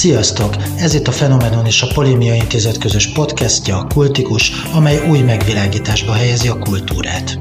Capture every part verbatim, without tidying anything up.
Sziasztok! Ez itt a Fenomenon és a Polémia Intézet közös podcastja, a Kultikus, amely új megvilágításba helyezi a kultúrát.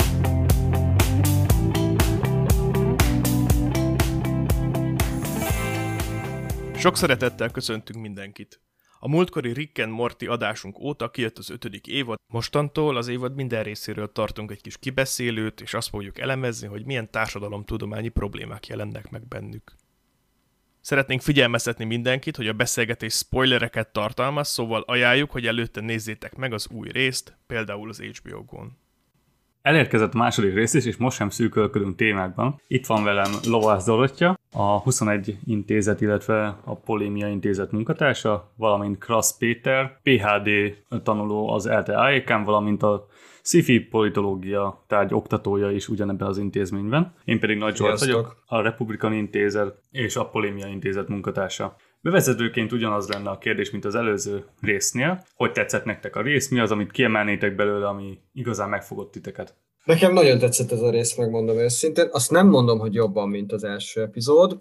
Sok szeretettel köszöntünk mindenkit! A múltkori Rick and Morty adásunk óta kijött az ötödik évad, mostantól az évad minden részéről tartunk egy kis kibeszélőt, és azt fogjuk elemezni, hogy milyen társadalomtudományi problémák jelennek meg bennük. Szeretnénk figyelmeztetni mindenkit, hogy a beszélgetés spoilereket tartalmaz, szóval ajánljuk, hogy előtte nézzétek meg az új részt, például az há bé o Go-n. Elérkezett a második rész is, és most sem szűkölködünk témákban. Itt van velem Lovász Dorottya, a huszonegy intézet, illetve a Polémia Intézet munkatársa, valamint Krasz Péter, pé há dé tanuló az é el té á é ká-n, valamint a sci-fi politológia tárgy oktatója is ugyanebben az intézményben. Én pedig Nagy Zsolt vagyok, a Republikani Intézet és a Polémia Intézet munkatársa. Bevezetőként ugyanaz lenne a kérdés, mint az előző résznél. Hogy tetszett nektek a rész? Mi az, amit kiemelnétek belőle, ami igazán megfogott titeket? Nekem nagyon tetszett ez a rész, megmondom őszintén. Azt nem mondom, hogy jobban, mint az első epizód,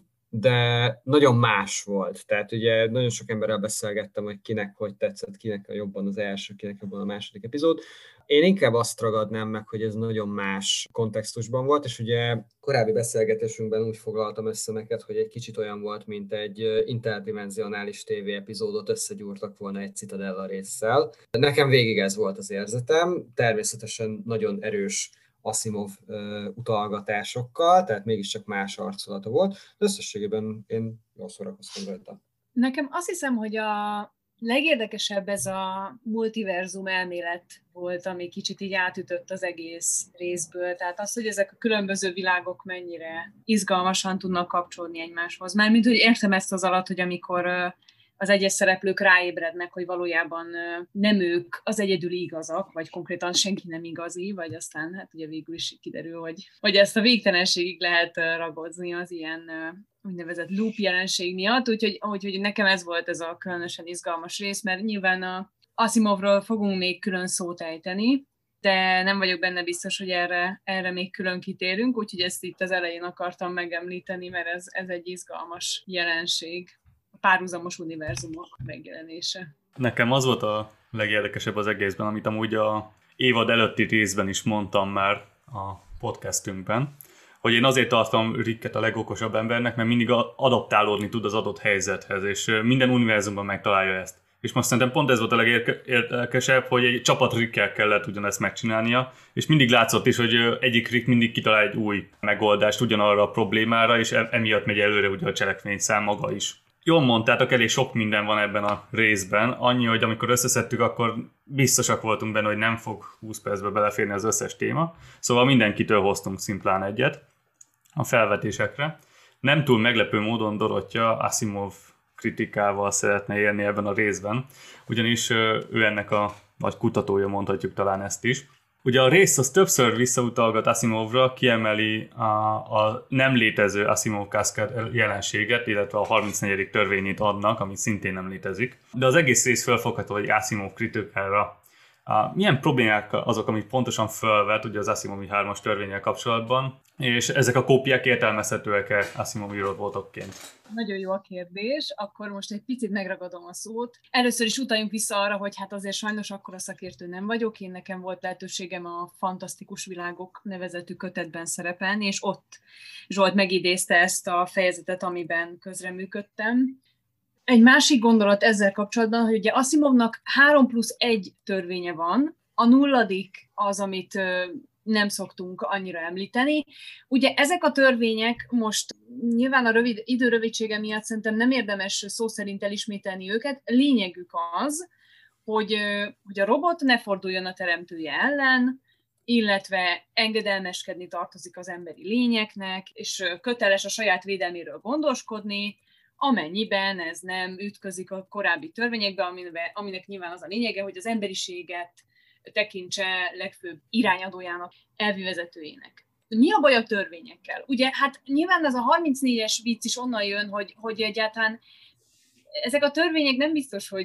de nagyon más volt. Tehát ugye nagyon sok emberrel beszélgettem, hogy kinek hogy tetszett, kinek a jobban az első, kinek jobban a második epizód. Én inkább azt ragadnám meg, hogy ez nagyon más kontextusban volt, és ugye korábbi beszélgetésünkben úgy foglaltam össze neked, hogy egy kicsit olyan volt, mint egy interdimenzionális tévé epizódot összegyúrtak volna egy Citadella résszel. Nekem végig ez volt az érzetem, természetesen nagyon erős Asimov uh, utalgatásokkal, tehát mégiscsak más arculata volt, de összességében én jól szórakoztam rajta. Nekem azt hiszem, hogy a legérdekesebb ez a multiverzum elmélet volt, ami kicsit így átütött az egész részből. Tehát az, hogy ezek a különböző világok mennyire izgalmasan tudnak kapcsolódni egymáshoz. Mármint, hogy értem ezt az alatt, hogy amikor az egyes szereplők ráébrednek, hogy valójában nem ők az egyedüli igazak, vagy konkrétan senki nem igazi, vagy aztán hát ugye végül is kiderül, hogy, hogy ezt a végtelenségig lehet ragozni az ilyen úgynevezett loop jelenség miatt, úgyhogy, úgyhogy nekem ez volt ez a különösen izgalmas rész, mert nyilván a Asimovról fogunk még külön szót ejteni, de nem vagyok benne biztos, hogy erre, erre még külön kitérünk, úgyhogy ezt itt az elején akartam megemlíteni, mert ez, ez egy izgalmas jelenség, a párhuzamos univerzumok megjelenése. Nekem az volt a legérdekesebb az egészben, amit amúgy a évad előtti részben is mondtam már a podcastünkben, hogy én azért tartom Ricket a legokosabb embernek, mert mindig adaptálódni tud az adott helyzethez, és minden univerzumban megtalálja ezt. És most szerintem pont ez volt a legérdekesebb, hogy egy csapat Rickkel kellett ugyanezt megcsinálnia, és mindig látszott is, hogy egyik Rick mindig kitalál egy új megoldást ugyanarra a problémára, és emiatt megy előre ugye a cselekvényszám maga is. Jól mondtátok, elég sok minden van ebben a részben, annyi, hogy amikor összeszedtük, akkor biztosak voltunk benne, hogy nem fog húsz percbe beleférni az összes téma, szóval mindenkitől hoztunk szimplán egyet a felvetésekre. Nem túl meglepő módon Dorottya Asimov kritikával szeretne élni ebben a részben, ugyanis ő ennek a nagy kutatója, mondhatjuk talán ezt is. Ugye a rész az többször visszautalgat Asimovra, kiemeli a, a nem létező Asimov-Kaskade jelenséget, illetve a harmincnegyedik törvényét adnak, ami szintén nem létezik. De az egész rész felfogható egy Asimov kritikára. A, milyen problémák azok, amit pontosan felvet ugye az Asimovi hármas törvénnyel kapcsolatban, és ezek a kópiák értelmezhetőek-e Asimovi robotokként? Nagyon jó a kérdés, akkor most egy picit megragadom a szót. Először is utaljunk vissza arra, hogy hát azért sajnos akkora szakértő nem vagyok, én nekem volt lehetőségem a Fantasztikus Világok nevezetű kötetben szerepelni, és ott Zsolt megidézte ezt a fejezetet, amiben közreműködtem. Egy másik gondolat ezzel kapcsolatban, hogy ugye Asimovnak három plusz egy törvénye van, a nulladik az, amit nem szoktunk annyira említeni. Ugye ezek a törvények most nyilván a rövid, idő rövidsége miatt szerintem nem érdemes szó szerint elismételni őket. Lényegük az, hogy, hogy a robot ne forduljon a teremtője ellen, illetve engedelmeskedni tartozik az emberi lényeknek, és köteles a saját védelméről gondoskodni, amennyiben ez nem ütközik a korábbi törvényekbe, aminek, aminek nyilván az a lényege, hogy az emberiséget tekintse legfőbb irányadójának, elvi vezetőjének. Mi a baj a törvényekkel? Ugye, hát nyilván ez a harmincnégyes vicc is onnan jön, hogy, hogy egyáltalán ezek a törvények nem biztos, hogy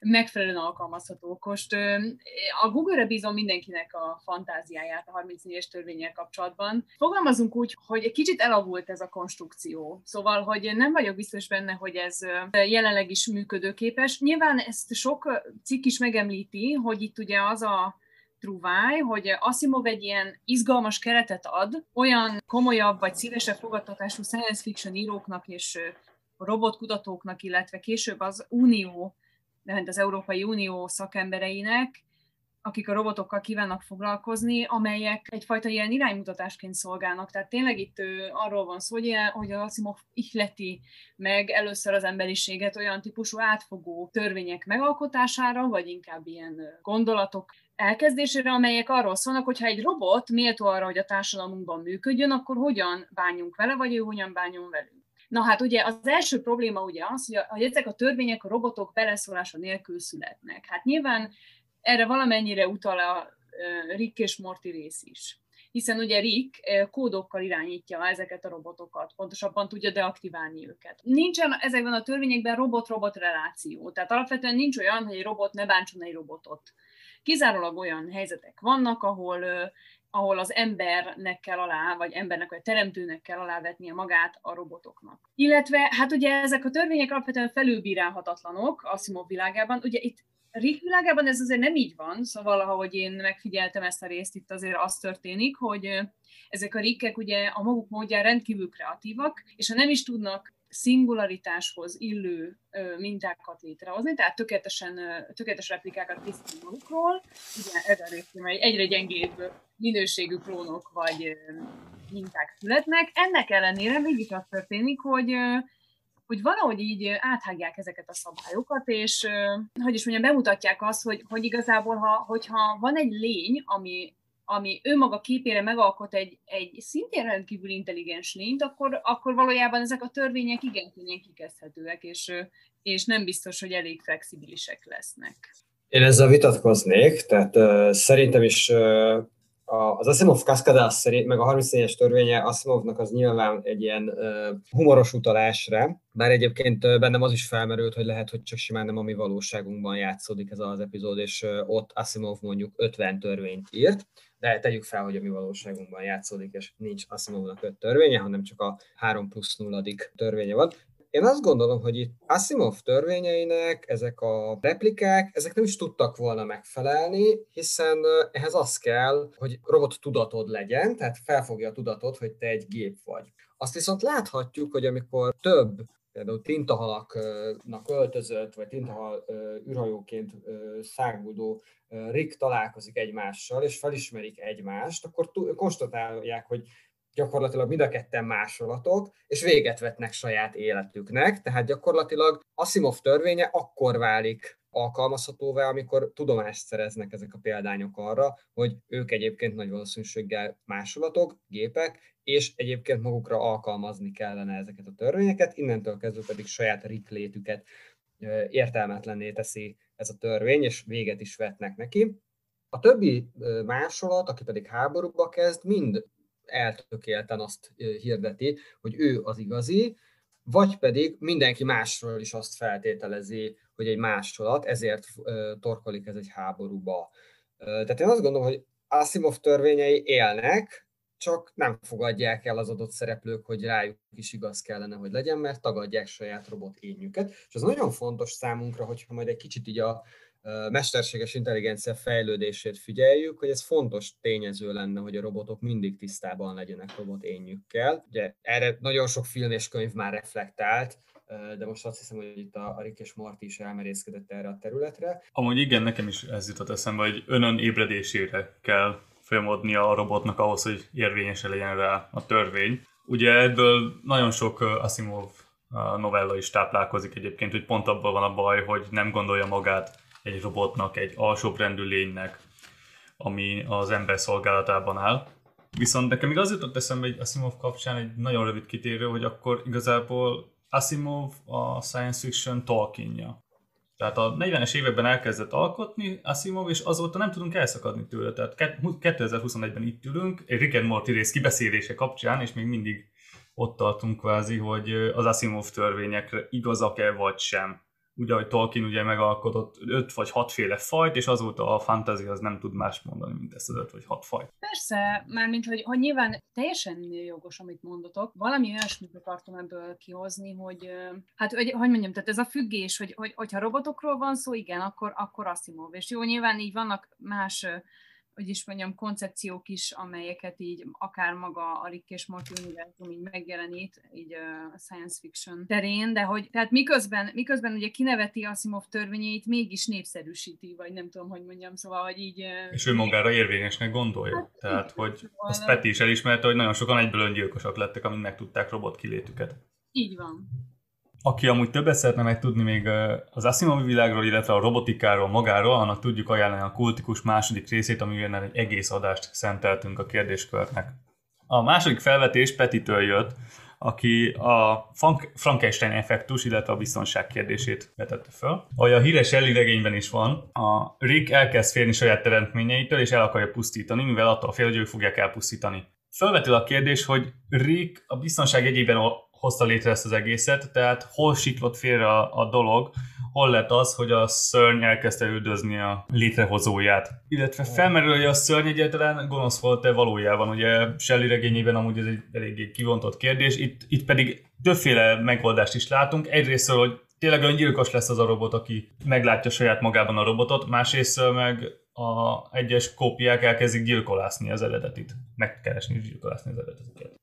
megfelelően alkalmazhatók. Most a Google-re bízom mindenkinek a fantáziáját a harmincnégyes törvénnyel kapcsolatban. Fogalmazunk úgy, hogy egy kicsit elavult ez a konstrukció. Szóval, hogy nem vagyok biztos benne, hogy ez jelenleg is működőképes. Nyilván ezt sok cikk is megemlíti, hogy itt ugye az a trúváj, hogy Asimov egy ilyen izgalmas keretet ad olyan komolyabb vagy szélesebb fogadtatású science fiction íróknak és robotkutatóknak, illetve később az Unió, az Európai Unió szakembereinek, akik a robotokkal kívánnak foglalkozni, amelyek egyfajta ilyen iránymutatásként szolgálnak. Tehát tényleg itt arról van szó, hogy az Asimov ihleti meg először az emberiséget olyan típusú átfogó törvények megalkotására, vagy inkább ilyen gondolatok elkezdésére, amelyek arról szólnak, hogy ha egy robot méltó arra, hogy a társadalmunkban működjön, akkor hogyan bánjunk vele, vagy ő hogyan bánjon velünk. Na hát ugye az első probléma ugye az, hogy, a, hogy ezek a törvények a robotok beleszólása nélkül születnek. Hát nyilván erre valamennyire utal a Rick és Morty rész is. Hiszen ugye Rick kódokkal irányítja ezeket a robotokat, pontosabban tudja deaktiválni őket. Nincsen ezekben a törvényekben robot-robot reláció, tehát alapvetően nincs olyan, hogy egy robot ne bántson egy robotot. Kizárólag olyan helyzetek vannak, ahol, ahol az embernek kell alá, vagy embernek, vagy teremtőnek kell alávetnie magát a robotoknak. Illetve, hát ugye ezek a törvények alapvetően felülbírálhatatlanok Asimov világában. Ugye itt Rick világában ez azért nem így van, szóval ahogy én megfigyeltem ezt a részt, itt azért az történik, hogy ezek a Rickek ugye a maguk módján rendkívül kreatívak, és ha nem is tudnak szingularitáshoz illő mintákat létrehozni, tehát tökéletesen, tökéletes replikákat készíteni magukról, ugye ez a rész, mert egyre gyengébb minőségű klónok vagy minták születnek. Ennek ellenére mégis az történik, hogy hogy valahogy így áthágják ezeket a szabályokat, és hogy is mondjam, bemutatják azt, hogy, hogy igazából, ha, hogyha van egy lény, ami, ami önmaga képére megalkot egy, egy szintén rendkívül intelligens lényt, akkor, akkor valójában ezek a törvények igen könnyen kikezdhetőek, és, és nem biztos, hogy elég flexibilisek lesznek. Én ezzel vitatkoznék, tehát uh, szerintem is uh, az Asimov Kaskadás szerint, meg a harmincnégyes törvénye Asimovnak az nyilván egy ilyen uh, humoros utalásra, bár egyébként uh, bennem az is felmerült, hogy lehet, hogy csak simán nem a mi valóságunkban játszódik ez az epizód, és uh, ott Asimov mondjuk ötven törvényt írt, de tegyük fel, hogy a mi valóságunkban játszódik, és nincs Asimovnak öt törvénye, hanem csak a három plusz nulladik törvénye van. Én azt gondolom, hogy itt Asimov törvényeinek ezek a replikák, ezek nem is tudtak volna megfelelni, hiszen ehhez az kell, hogy robot tudatod legyen, tehát felfogja a tudatod, hogy te egy gép vagy. Azt viszont láthatjuk, hogy amikor több, például tintahalaknak öltözött, vagy tintahal űrhajóként száguldó Rick találkozik egymással, és felismerik egymást, akkor konstatálják, hogy gyakorlatilag mind a ketten másolatok, és véget vetnek saját életüknek, tehát gyakorlatilag Asimov törvénye akkor válik alkalmazhatóvá, amikor tudomást szereznek ezek a példányok arra, hogy ők egyébként nagy valószínűséggel másolatok, gépek, és egyébként magukra alkalmazni kellene ezeket a törvényeket, innentől kezdve pedig saját Rick létüket értelmetlenné teszi ez a törvény, és véget is vetnek neki. A többi másolat, aki pedig háborúba kezd, mind eltökélten azt hirdeti, hogy ő az igazi, vagy pedig mindenki másról is azt feltételezi, hogy egy másolat, ezért torkolik ez egy háborúba. Tehát én azt gondolom, hogy Asimov törvényei élnek, csak nem fogadják el az adott szereplők, hogy rájuk is igaz kellene, hogy legyen, mert tagadják saját robot énjüket. És az nagyon fontos számunkra, hogyha majd egy kicsit így a mesterséges intelligencia fejlődését figyeljük, hogy ez fontos tényező lenne, hogy a robotok mindig tisztában legyenek robot énjükkel. Ugye erre nagyon sok film és könyv már reflektált, de most azt hiszem, hogy itt a Rick és Morty is elmerészkedett erre a területre. Amúgy igen, nekem is ez jutott eszembe, hogy önön ébredésére kell folyamodnia a robotnak ahhoz, hogy érvényesen legyen rá a törvény. Ugye ebből nagyon sok Asimov novella is táplálkozik egyébként, hogy pont abban van a baj, hogy nem gondolja magát egy robotnak, egy alsóbrendű lénynek, ami az ember szolgálatában áll. Viszont nekem még az jutott eszembe egy Asimov kapcsán egy nagyon rövid kitérő, hogy akkor igazából Asimov a science fiction Tolkienja. Tehát a negyvenes években elkezdett alkotni Asimov, és azóta nem tudunk elszakadni tőle. Tehát kétezer-huszonegyben itt ülünk, egy Rick and Morty rész kibeszélése kapcsán, és még mindig ott tartunk kvázi, hogy az Asimov törvényekre igazak-e vagy sem úgy, ahogy Tolkien ugye megalkotott öt vagy hatféle fajt, és azóta a fantasy az nem tud más mondani, mint ezt az öt vagy hat fajt. Persze, mármint, hogy, hogy nyilván teljesen jogos, amit mondotok. Valami olyasmit akartam ebből kihozni, hogy hát, hogy, hogy mondjam, tehát ez a függés, hogy, hogy, hogyha robotokról van szó, igen, akkor, akkor Asimov. És jó, nyilván így vannak más, hogy is mondjam, koncepciók is, amelyeket így akár maga a Rick és Morty univerzum így megjelenít, így a science fiction terén, de hogy tehát miközben, miközben ugye kineveti Asimov törvényeit, mégis népszerűsíti, vagy nem tudom, hogy mondjam, szóval, hogy így... És ő magára érvényesnek gondolja. Hát, tehát, hogy szóval azt Peti is elismerte, hogy nagyon sokan egyből öngyilkosak lettek, amint megtudták robot kilétüket. Így van. Aki amúgy többet szeretne megtudni még az Asimovi világról, illetve a robotikáról magáról, annak tudjuk ajánlani a Kultikus második részét, amiben egy egész adást szenteltünk a kérdéskörnek. A második felvetés Petitől jött, aki a Frankenstein effektus, illetve a biztonság kérdését vetette föl. Ahogy a híres Shelley regényben is van, a Rick elkezd félni saját teremtményeitől, és el akarja pusztítani, mivel attól fél, hogy ők fogják elpusztítani. Fölvetül a kérdés, hogy Rick a biztonság jegyében hozta létre ezt az egészet, tehát hol siklott félre a, a dolog, hol lett az, hogy a szörny elkezdte üldözni a létrehozóját. Illetve felmerül, hogy a szörny egyáltalán gonosz volt-e valójában. Ugye Shelley regényében amúgy ez egy eléggé kivontott kérdés, itt, itt pedig többféle megoldást is látunk. Egyrészt, hogy tényleg öngyilkos lesz az a robot, aki meglátja saját magában a robotot, másrészt meg a egyes kópiák elkezdik gyilkolászni az eredetit. Megkeresni és gyilkolászni az eredetiket.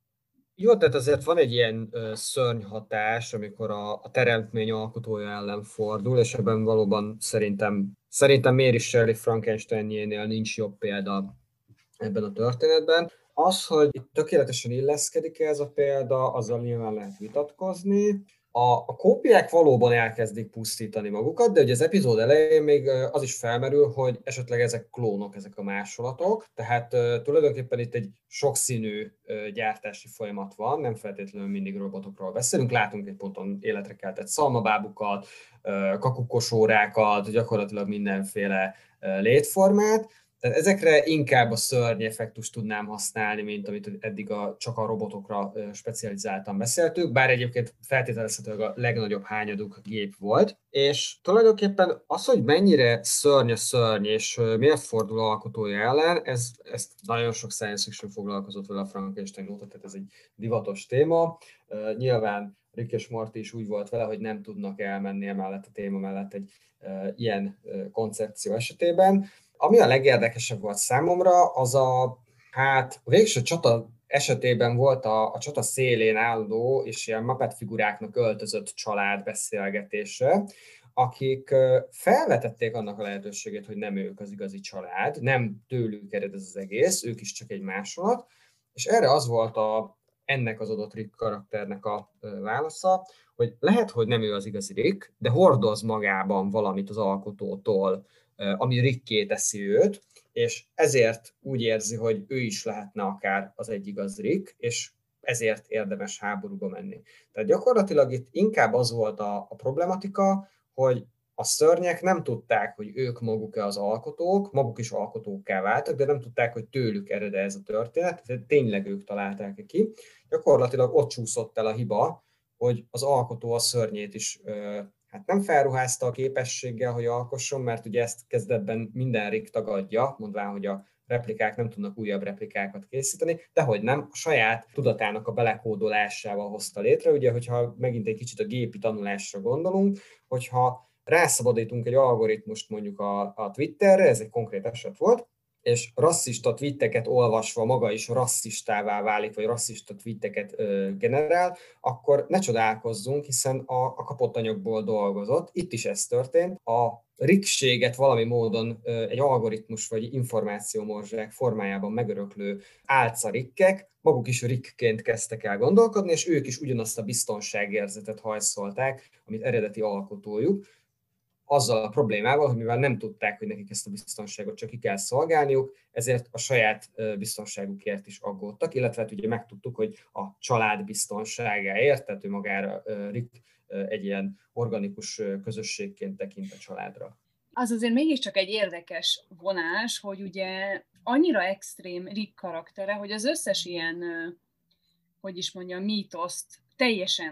Jó, tehát azért van egy ilyen ö, szörnyhatás, amikor a, a teremtmény alkotója ellen fordul, és ebben valóban szerintem, szerintem Mary Shelley Frankensteinjénél nincs jobb példa ebben a történetben. Az, hogy itt tökéletesen illeszkedik ez a példa, azzal nyilván lehet vitatkozni. A, a kópiák valóban elkezdik pusztítani magukat, de ugye az epizód elején még az is felmerül, hogy esetleg ezek klónok, ezek a másolatok, tehát uh, tulajdonképpen itt egy sokszínű uh, gyártási folyamat van, nem feltétlenül mindig robotokról beszélünk, látunk egy ponton életre keltett szalmabábukat, uh, kakukosórákat, gyakorlatilag mindenféle uh, létformát. Tehát ezekre inkább a szörny effektust tudnám használni, mint amit eddig a, csak a robotokra specializáltan beszéltük, bár egyébként feltételezhetőleg a legnagyobb hányaduk gép volt. És tulajdonképpen az, hogy mennyire szörny a szörny, és miért fordul alkotója ellen, ez, ez nagyon sok science fiction foglalkozott vele a Frankenstein óta, tehát ez egy divatos téma. Uh, nyilván Rick és Morty is úgy volt vele, hogy nem tudnak elmenni emellett a téma mellett egy uh, ilyen uh, koncepció esetében. Ami a legérdekesebb volt számomra, az a, hát a végső csata esetében volt a, a csata szélén álló és ilyen Muppet figuráknak öltözött család beszélgetése, akik felvetették annak a lehetőségét, hogy nem ők az igazi család, nem tőlük ered ez az egész, ők is csak egy másolat, és erre az volt a, ennek az adott Rick karakternek a válasza, hogy lehet, hogy nem ő az igazi Rick, de hordoz magában valamit az alkotótól, ami Rické teszi őt, és ezért úgy érzi, hogy ő is lehetne akár az egy igaz Rick, és ezért érdemes háborúba menni. Tehát gyakorlatilag itt inkább az volt a, a problematika, hogy a szörnyek nem tudták, hogy ők maguk-e az alkotók, maguk is alkotókká váltak, de nem tudták, hogy tőlük ered ez a történet, tehát tényleg ők találták ki. Gyakorlatilag ott csúszott el a hiba, hogy az alkotó a szörnyét is hát nem felruházta a képességgel, hogy alkosson, mert ugye ezt kezdetben minden Rick tagadja, mondván, hogy a replikák nem tudnak újabb replikákat készíteni, de hogy nem, a saját tudatának a belekódolásával hozta létre. Ugye, hogyha megint egy kicsit a gépi tanulásra gondolunk, hogyha rászabadítunk egy algoritmust mondjuk a, a Twitterre, ez egy konkrét eset volt, és rasszista tweeteket olvasva maga is rasszistává válik, vagy rasszista tweeteket ö, generál, akkor ne csodálkozzunk, hiszen a, a kapott anyagból dolgozott. Itt is ez történt. A rikkséget valami módon ö, egy algoritmus vagy információmorzsák formájában megöröklő álcarikkek maguk is rikkként kezdtek el gondolkodni, és ők is ugyanazt a biztonságérzetet hajszolták, amit eredeti alkotójuk, azzal a problémával, hogy mivel nem tudták, hogy nekik ezt a biztonságot csak ki kell szolgálniuk, ezért a saját biztonságukért is aggódtak, illetve hát ugye megtudtuk, hogy a család biztonságáért, tehát ő magára Rick egy ilyen organikus közösségként tekint a családra. Az azért mégiscsak egy érdekes vonás, hogy ugye annyira extrém Rick karaktere, hogy az összes ilyen, hogy is mondjam, mítoszt teljesen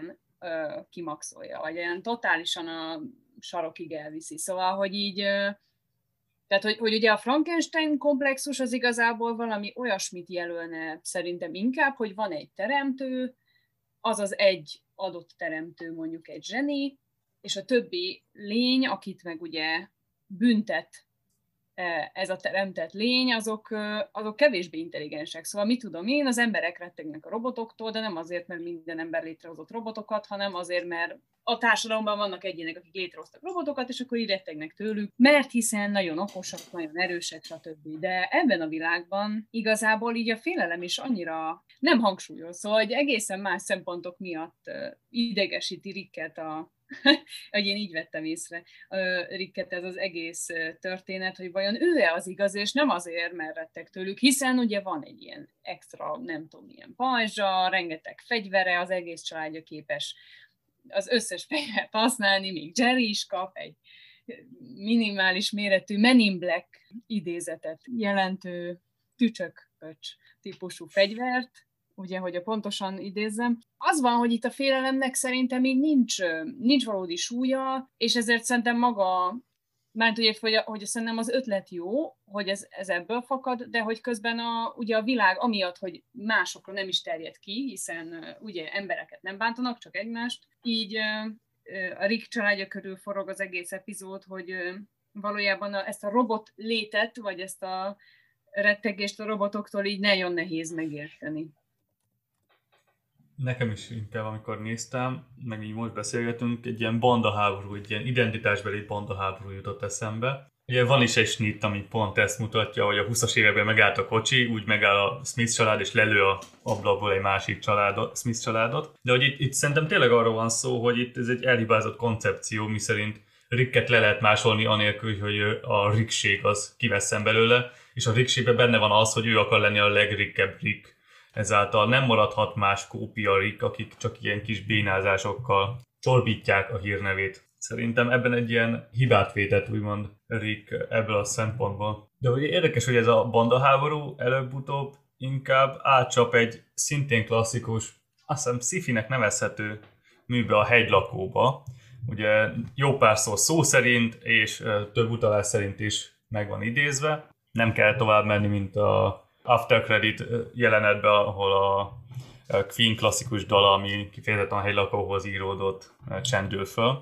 ö, kimaxolja, vagy olyan totálisan a sarokig elviszi. Szóval, hogy így, ö, tehát, hogy, hogy ugye a Frankenstein komplexus az igazából valami olyasmit jelölne szerintem inkább, hogy van egy teremtő, azaz egy adott teremtő, mondjuk egy zseni, és a többi lény, akit meg ugye büntet ez a teremtett lény, azok, azok kevésbé intelligensek. Szóval mit tudom én, az emberek rettegnek a robotoktól, de nem azért, mert minden ember létrehozott robotokat, hanem azért, mert a társadalomban vannak egyének, akik létrehoztak robotokat, és akkor így rettegnek tőlük, mert hiszen nagyon okosak, nagyon erősek, stb. De ebben a világban igazából így a félelem is annyira nem hangsúlyos, szóval hogy egészen más szempontok miatt idegesíti Ricket a hogy én így vettem észre Ricket ez az egész történet, hogy vajon ő-e az igaz, és nem azért, mert retteg tőlük, hiszen ugye van egy ilyen extra, nem tudom, ilyen pajzsa, rengeteg fegyvere, az egész családja képes az összes fegyvert használni, még Jerry is kap egy minimális méretű Men in Black idézetet jelentő tücsök-pöcs típusú fegyvert, ugye, hogy a pontosan idézzem. Az van, hogy itt a félelemnek szerintem még nincs, nincs valódi súlya, és ezért szerintem maga, mert ugye, hogy, hogy szerintem az ötlet jó, hogy ez, ez ebből fakad, de hogy közben a, ugye a világ amiatt, hogy másokra nem is terjed ki, hiszen ugye embereket nem bántanak, csak egymást, így a Rick családja körül forog az egész epizód, hogy valójában a, ezt a robot létet, vagy ezt a rettegést a robotoktól így nagyon nehéz megérteni. Nekem is inkább, amikor néztem, meg így most beszélgetünk, egy ilyen bandaháború, egy ilyen identitásbeli bandaháború jutott eszembe. Ugye van is egy snitt, ami pont ezt mutatja, hogy a huszas években megállt a kocsi, úgy megáll a Smith család, és lelő a ablakból egy másik családot, Smith családot. De hogy itt, itt szerintem tényleg arról van szó, hogy itt ez egy elhibázott koncepció, miszerint Ricket le lehet másolni anélkül, hogy a Rickség az kivesszen belőle, és a Rickségben benne van az, hogy ő akar lenni a legrikkebb Rick. Ezáltal nem maradhat más kópia Rick, akik csak ilyen kis bénázásokkal csorbítják a hírnevét. Szerintem ebben egy ilyen hibát vétett, úgymond Rick ebből a szempontból. De ugye érdekes, hogy ez a bandaháború előbb-utóbb inkább átcsap egy szintén klasszikus, azt hiszem sci-finek nevezhető műbe, a Hegylakóba. Ugye jó pár szó szó szerint, és több utalás szerint is meg van idézve. Nem kell tovább menni, mint a After Credit jelenetben, ahol a Queen klasszikus dala, ami kifejezetten a Hegylakóhoz íródott, csendül föl.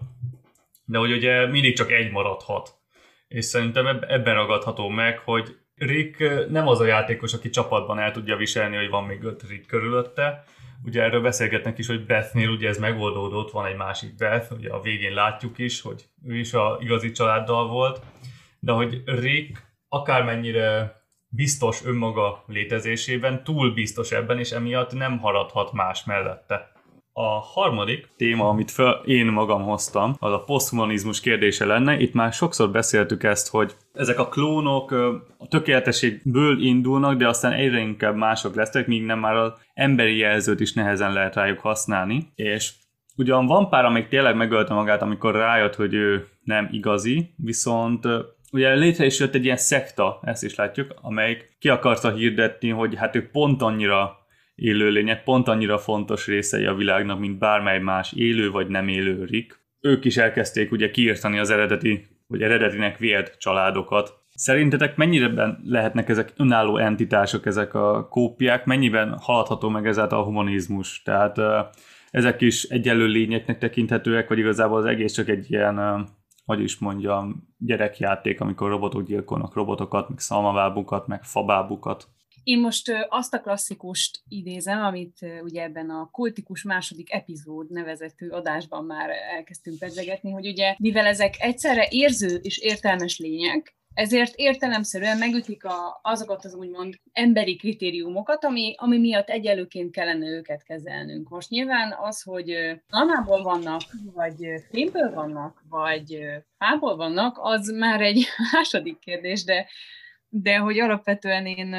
De hogy ugye mindig csak egy maradhat. És szerintem ebben ragadható meg, hogy Rick nem az a játékos, aki csapatban el tudja viselni, hogy van még öt Rick körülötte. Ugye erről beszélgetnek is, hogy Bethnél ugye ez megoldódott, van egy másik Beth, ugye a végén látjuk is, hogy ő is a igazi családdal volt. De hogy Rick akármennyire biztos önmaga létezésében, túl biztos ebben, és emiatt nem haradhat más mellette. A harmadik téma, amit fel én magam hoztam, az a poszthumanizmus kérdése lenne. Itt már sokszor beszéltük ezt, hogy ezek a klónok a tökéletességből indulnak, de aztán egyre inkább mások lesznek, míg nem már az emberi jelzőt is nehezen lehet rájuk használni. És ugyan van pár, amelyik tényleg megölte magát, amikor rájött, hogy ő nem igazi, viszont ugye létre is jött egy ilyen szekta, ezt is látjuk, amelyik ki akarta hirdetni, hogy hát ők pont annyira élőlények, pont annyira fontos részei a világnak, mint bármely más élő vagy nem élő Rick. Ők is elkezdték ugye kiírtani az eredeti, vagy eredetinek vélt családokat. Szerintetek mennyiben lehetnek ezek önálló entitások, ezek a kópiák, mennyiben haladható meg ezáltal a humanizmus? Tehát ezek is egyenlő lényeknek tekinthetőek, vagy igazából az egész csak egy ilyen, hogy is mondjam, gyerekjáték, amikor robotok gyilkolnak robotokat, meg szalmavábukat, meg fabábukat. Én most azt a klasszikust idézem, amit ugye ebben a kultikus második epizód nevezetű adásban már elkezdtünk pedzegetni, hogy ugye mivel ezek egyszerre érző és értelmes lények, ezért értelemszerűen megütik a, azokat az úgymond emberi kritériumokat, ami, ami miatt egyelőként kellene őket kezelnünk. Most nyilván az, hogy almából vannak, vagy fémből vannak, vagy fából vannak, az már egy második kérdés, de, de hogy alapvetően én...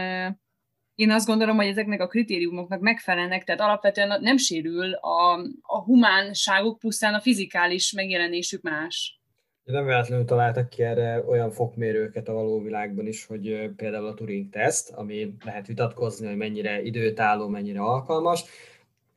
Én azt gondolom, hogy ezeknek a kritériumoknak megfelelnek, tehát alapvetően nem sérül a, a humánságuk, pusztán a fizikális megjelenésük más. Nem véletlenül találtak ki erre olyan fokmérőket a való világban is, hogy például a Turing-teszt, ami lehet vitatkozni, hogy mennyire időtálló, mennyire alkalmas.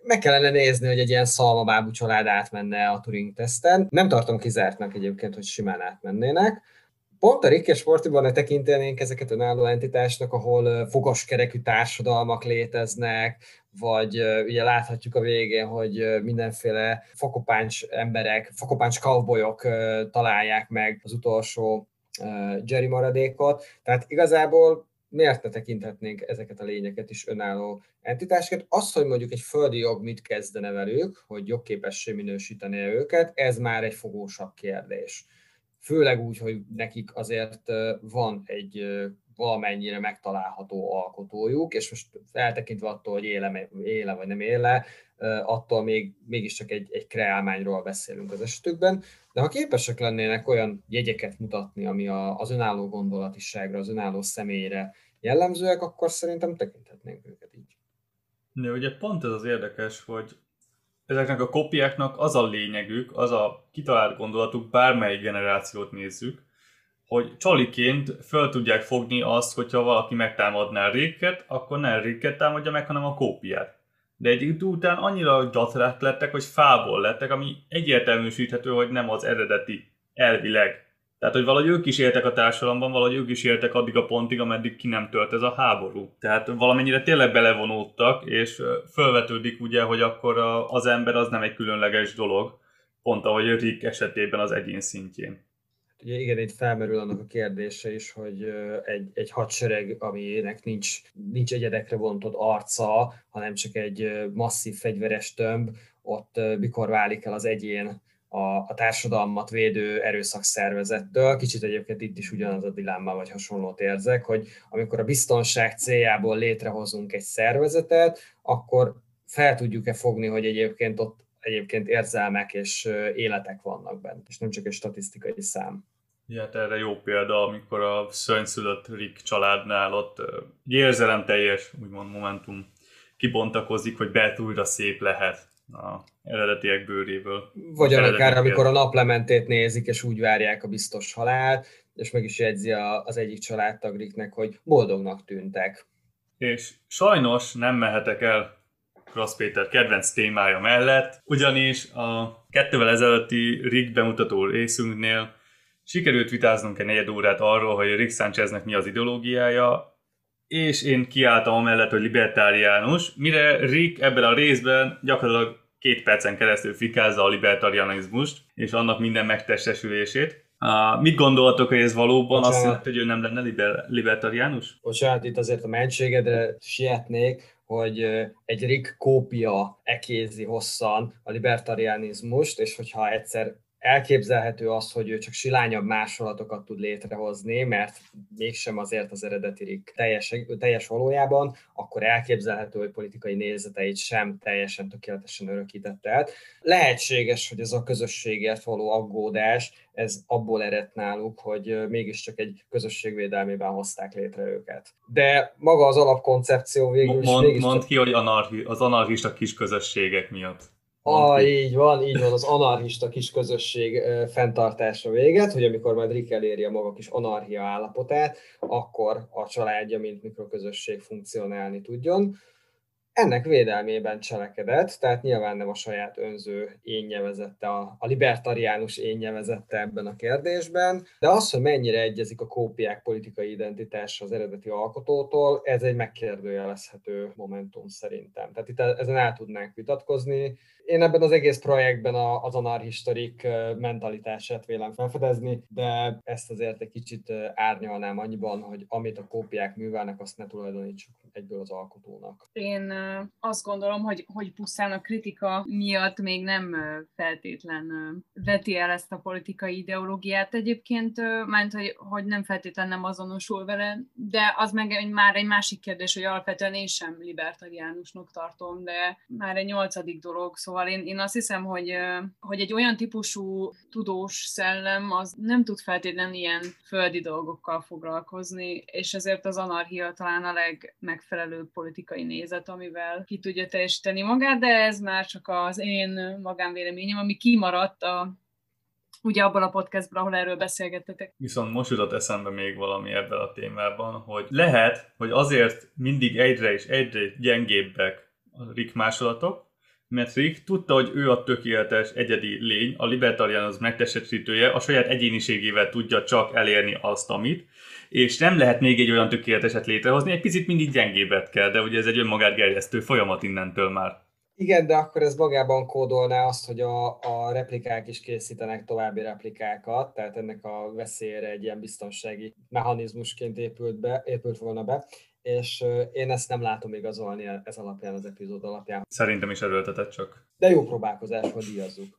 meg kellene nézni, hogy egy ilyen szalmabábú család átmenne a Turing-teszten. Nem tartom kizártnak egyébként, hogy simán átmennének. Pont a Rick és Mortyban ne tekintenénk ezeket önálló entitásnak, ahol fogaskerekű társadalmak léteznek, vagy ugye láthatjuk a végén, hogy mindenféle fakopáncs emberek, fakopáncs cowboyok találják meg az utolsó Jerry maradékot. Tehát igazából miért ne tekinthetnénk ezeket a lényeket is önálló entitásként? Az, hogy mondjuk egy földi jog mit kezdene velük, hogy jogképessé minősíteni őket, ez már egy fogósabb kérdés. Főleg úgy, hogy nekik azért van egy valamennyire megtalálható alkotójuk, és most eltekintve attól, hogy éle, éle vagy nem éle, attól még, mégiscsak egy, egy kreálmányról beszélünk az esetükben, de ha képesek lennének olyan jegyeket mutatni, ami a, az önálló gondolatiságra, az önálló személyre jellemzőek, akkor szerintem tekinthetnénk őket így. De ugye pont ez az érdekes, hogy ezeknek a kópiáknak az a lényegük, az a kitalált gondolatuk, bármelyik generációt nézzük, hogy csaliként föl tudják fogni azt, hogyha valaki megtámadná Ricket, akkor nem Ricket támadja meg, hanem a kópiát. De egy idő után annyira gyatrák lettek, hogy fából lettek, ami egyértelműsíthető, hogy nem az eredeti elvileg. Tehát, hogy valahogy ők is éltek a társadalomban, valahogy ők is éltek addig a pontig, ameddig ki nem tört ez a háború. Tehát valamennyire tényleg belevonódtak, és fölvetődik ugye, hogy akkor az ember az nem egy különleges dolog, pont ahogy Rick esetében az egyén szintjén. Ugye igen, itt felmerül annak a kérdése is, hogy egy, egy hadsereg, aminek nincs, nincs egyedekre bontott arca, hanem csak egy masszív fegyveres tömb, ott mikor válik el az egyén a, a társadalmat védő erőszakszervezettől. Kicsit egyébként itt is ugyanaz a dilemma, vagy hasonlót érzek, hogy amikor a biztonság céljából létrehozunk egy szervezetet, akkor fel tudjuk-e fogni, hogy egyébként ott egyébként érzelmek és életek vannak benne, és nem csak egy statisztikai szám. Ja, hát erre jó példa, amikor a szörnyszülött Rick családnál ott érzelemteljes, úgymond momentum kibontakozik, hogy Beth újra szép lehet az eredetiek bőréből. Vagy akár amikor a naplementét nézik, és úgy várják a biztos halált, és meg is jegyzi az egyik családtag Ricknek, hogy boldognak tűntek. És sajnos nem mehetek el Krasz Péter kedvenc témája mellett, ugyanis a kettővel ezelőtti Rick bemutató részünknél sikerült vitáznunk egy negyed órát arról, hogy Rick Sancheznek mi az ideológiája, és én kiálltam amellett, hogy libertáriánus, mire Rick ebben a részben gyakorlatilag két percen keresztül fikázza a libertarianizmust, és annak minden megtestesülését. Uh, mit gondoltok, hogy ez valóban Bocsánat. Azt jelenti, hogy ő nem lenne liber- libertariánus? Bocsánat, itt azért a mentségedre sietnék, hogy egy Rick kópia ekézi hosszan a libertarianizmust, és hogyha egyszer elképzelhető az, hogy ő csak silányabb másolatokat tud létrehozni, mert mégsem azért az eredeti Rick teljes, teljes valójában, akkor elképzelhető, hogy politikai nézeteit sem teljesen tökéletesen örökítette el. Lehetséges, hogy ez a közösségért való aggódás, ez abból ered náluk, hogy mégiscsak egy közösség védelmében hozták létre őket. De maga az alapkoncepció végül is mond, mégiscsak... Mondd ki, hogy anarchi, az anarchista kis közösségek miatt. Ah, így van, így van, az anarchista kis közösség fenntartása véget, hogy amikor majd Rick eléri a maga kis anarchia állapotát, akkor a családja, mint mikroközösség funkcionálni tudjon. Ennek védelmében cselekedett, tehát nyilván nem a saját önző énje vezette, a, a libertariánus énje vezette ebben a kérdésben, de az, hogy mennyire egyezik a kópiák politikai identitása az eredeti alkotótól, ez egy megkérdőjelezhető momentum szerintem. Tehát itt ezen el tudnánk vitatkozni. Én ebben az egész projektben az anarchista Rick mentalitását vélem felfedezni, de ezt azért egy kicsit árnyalnám annyiban, hogy amit a kópiák művelnek, azt ne tulajdonítsuk egyből az alkotónak. Én azt gondolom, hogy, hogy pusztán a kritika miatt még nem feltétlen veti el ezt a politikai ideológiát egyébként, mert hogy, hogy nem feltétlen nem azonosul vele, de az meg egy, már egy másik kérdés, hogy alapvetően én sem libertariánusnak tartom, de már egy nyolcadik dolog, szóval én, én azt hiszem, hogy, hogy egy olyan típusú tudós szellem az nem tud feltétlenül ilyen földi dolgokkal foglalkozni, és ezért az anarchia talán a legmegfelelőbb politikai nézet, amivel ki tudja teljesíteni magát, de ez már csak az én magánvéleményem, ami kimaradt a, ugye abban a podcastban, ahol erről beszélgettetek. Viszont most jutott eszembe még valami ebben a témában, hogy lehet, hogy azért mindig egyre és egyre gyengébbek a Rick másolatok, Mert Rick tudta, hogy ő a tökéletes egyedi lény, a libertariánus megtestesítője, a saját egyéniségével tudja csak elérni azt, amit, és nem lehet még egy olyan tökéleteset létrehozni, egy picit mindig gyengébbet kell, de ugye ez egy önmagát gerjesztő folyamat innentől már. Igen, de akkor ez magában kódolná azt, hogy a, a replikák is készítenek további replikákat, tehát ennek a veszélyre egy ilyen biztonsági mechanizmusként épült, be, épült volna be, és én ezt nem látom igazolni ez alapján, az epizód alapján. Szerintem is erőltetett csak. De jó próbálkozás, hogy díjazzuk.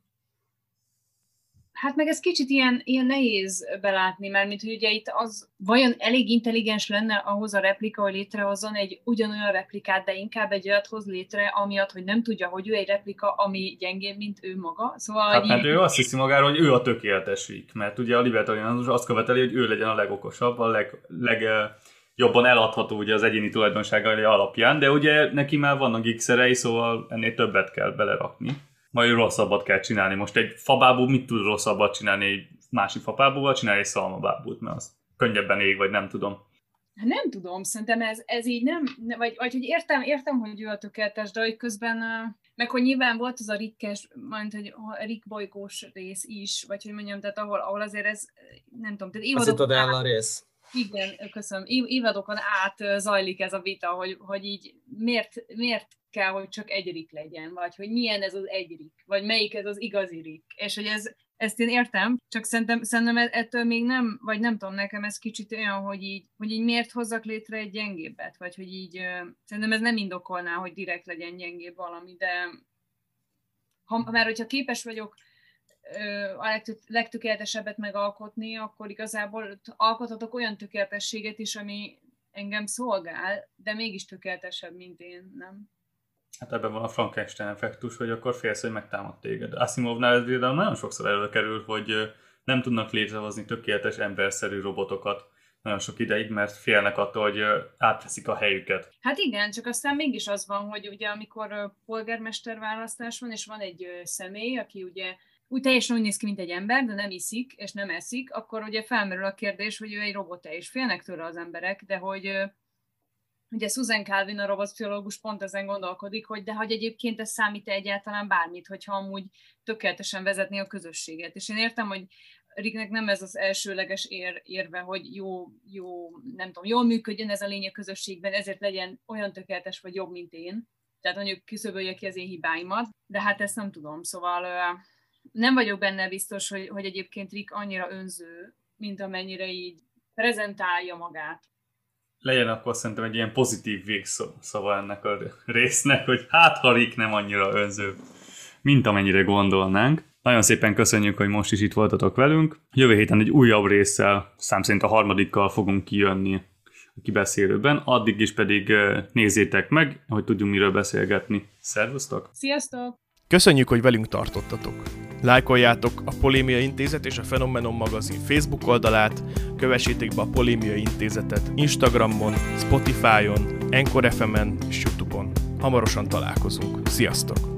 Hát meg ez kicsit ilyen, ilyen nehéz belátni, mert mint hogy ugye itt az vajon elég intelligens lenne ahhoz a replika, hogy létrehozzon egy ugyanolyan replikát, de inkább egy olyat hoz létre, amiatt, hogy nem tudja, hogy ő egy replika, ami gyengébb, mint ő maga. Szóval, hát mert így... ő azt hiszi magáról, hogy ő a tökéletes Rick, mert ugye a libertariánus azt követeli, hogy ő legyen a legokosabb, a leg, leg jobban eladható ugye az egyéni tulajdonságai alapján, de ugye neki már vannak giggszerei, szóval ennél többet kell belerakni. Majd rosszabbat kell csinálni. Most egy fabábú mit tud rosszabbat csinálni egy másik fabábúval? Csinálj egy szalmabábút, mert az könnyebben ég, vagy nem tudom. Nem tudom, szerintem ez, ez így nem, vagy, vagy hogy értem, értem, hogy ő a tökéletes, de hogy közben, meg hogy nyilván volt az a Rickes, majd hogy a Rick bolygós rész is, vagy hogy mondjam, tehát ahol, ahol azért ez, nem tudom, tehát évadokon át... a rész. Igen, köszönöm. Évadokon át zajlik ez a vita, hogy, hogy így miért, miért kell, hogy csak egy Rick legyen, vagy hogy milyen ez az egy Rick, vagy melyik ez az igazi Rick. És hogy ez, ezt én értem, csak szerintem, szerintem ettől még nem, vagy nem tudom, nekem ez kicsit olyan, hogy így, hogy így miért hozzak létre egy gyengébbet, vagy hogy így, szerintem ez nem indokolná, hogy direkt legyen gyengébb valami, de ha, már hogyha képes vagyok a legtökéletesebbet megalkotni, akkor igazából alkothatok olyan tökéletességet is, ami engem szolgál, de mégis tökéletesebb, mint én, nem? Hát ebben van a Frankenstein effektus, hogy akkor félsz, hogy megtámad téged. Asimovnál ez például nagyon sokszor előkerül, hogy nem tudnak létrehozni tökéletes emberszerű robotokat nagyon sok ideig, mert félnek attól, hogy átveszik a helyüket. Hát igen, csak aztán mégis az van, hogy ugye amikor polgármester választás van, és van egy személy, aki ugye úgy teljesen úgy néz ki, mint egy ember, de nem iszik, és nem eszik, akkor ugye felmerül a kérdés, hogy ő egy robot-e, és félnek tőle az emberek, de hogy ugye Susan Calvin, a robotpszichológus pont ezen gondolkodik, hogy de hogy egyébként ez számít egyáltalán bármit, hogyha amúgy tökéletesen vezetné a közösséget. És én értem, hogy Ricknek nem ez az elsőleges ér, érve, hogy jó, jó, nem tudom, jól működjön ez a lény a közösségben, ezért legyen olyan tökéletes vagy jobb, mint én. Tehát mondjuk küszöbölje ki az én hibáimat, de hát ezt nem tudom, szóval nem vagyok benne biztos, hogy, hogy egyébként Rick annyira önző, mint amennyire így prezentálja magát. Legyen akkor szerintem egy ilyen pozitív végszava ennek a résznek, hogy hát ha Rick nem annyira önző, mint amennyire gondolnánk. Nagyon szépen köszönjük, hogy most is itt voltatok velünk. Jövő héten egy újabb résszel, szám szerint a harmadikkal fogunk kijönni a kibeszélőben. Addig is pedig nézzétek meg, hogy tudjunk miről beszélgetni. Szervusztok! Sziasztok! Köszönjük, hogy velünk tartottatok! Lájkoljátok a Polémia Intézet és a Fenomenon magazin Facebook oldalát, kövessétek be a Polémia Intézetet Instagramon, Spotify-on, Anchor ef emen és YouTube-on. Hamarosan találkozunk. Sziasztok!